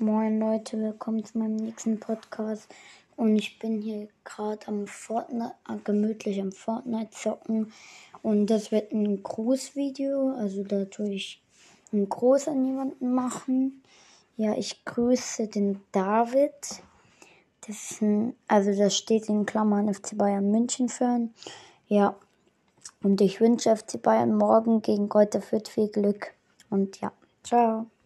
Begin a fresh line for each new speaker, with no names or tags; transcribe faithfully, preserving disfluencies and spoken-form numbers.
Moin Leute, willkommen zu meinem nächsten Podcast. Und ich bin hier gerade am Fortnite, äh, gemütlich am Fortnite zocken. Und das wird ein Grußvideo, also da tue ich einen Gruß an jemanden machen. Ja, ich grüße den David. Das ist ein, also das steht in Klammern F C Bayern München Fan. Ja, und ich wünsche F C Bayern morgen gegen Greuther Fürth viel Glück. Und ja, ciao.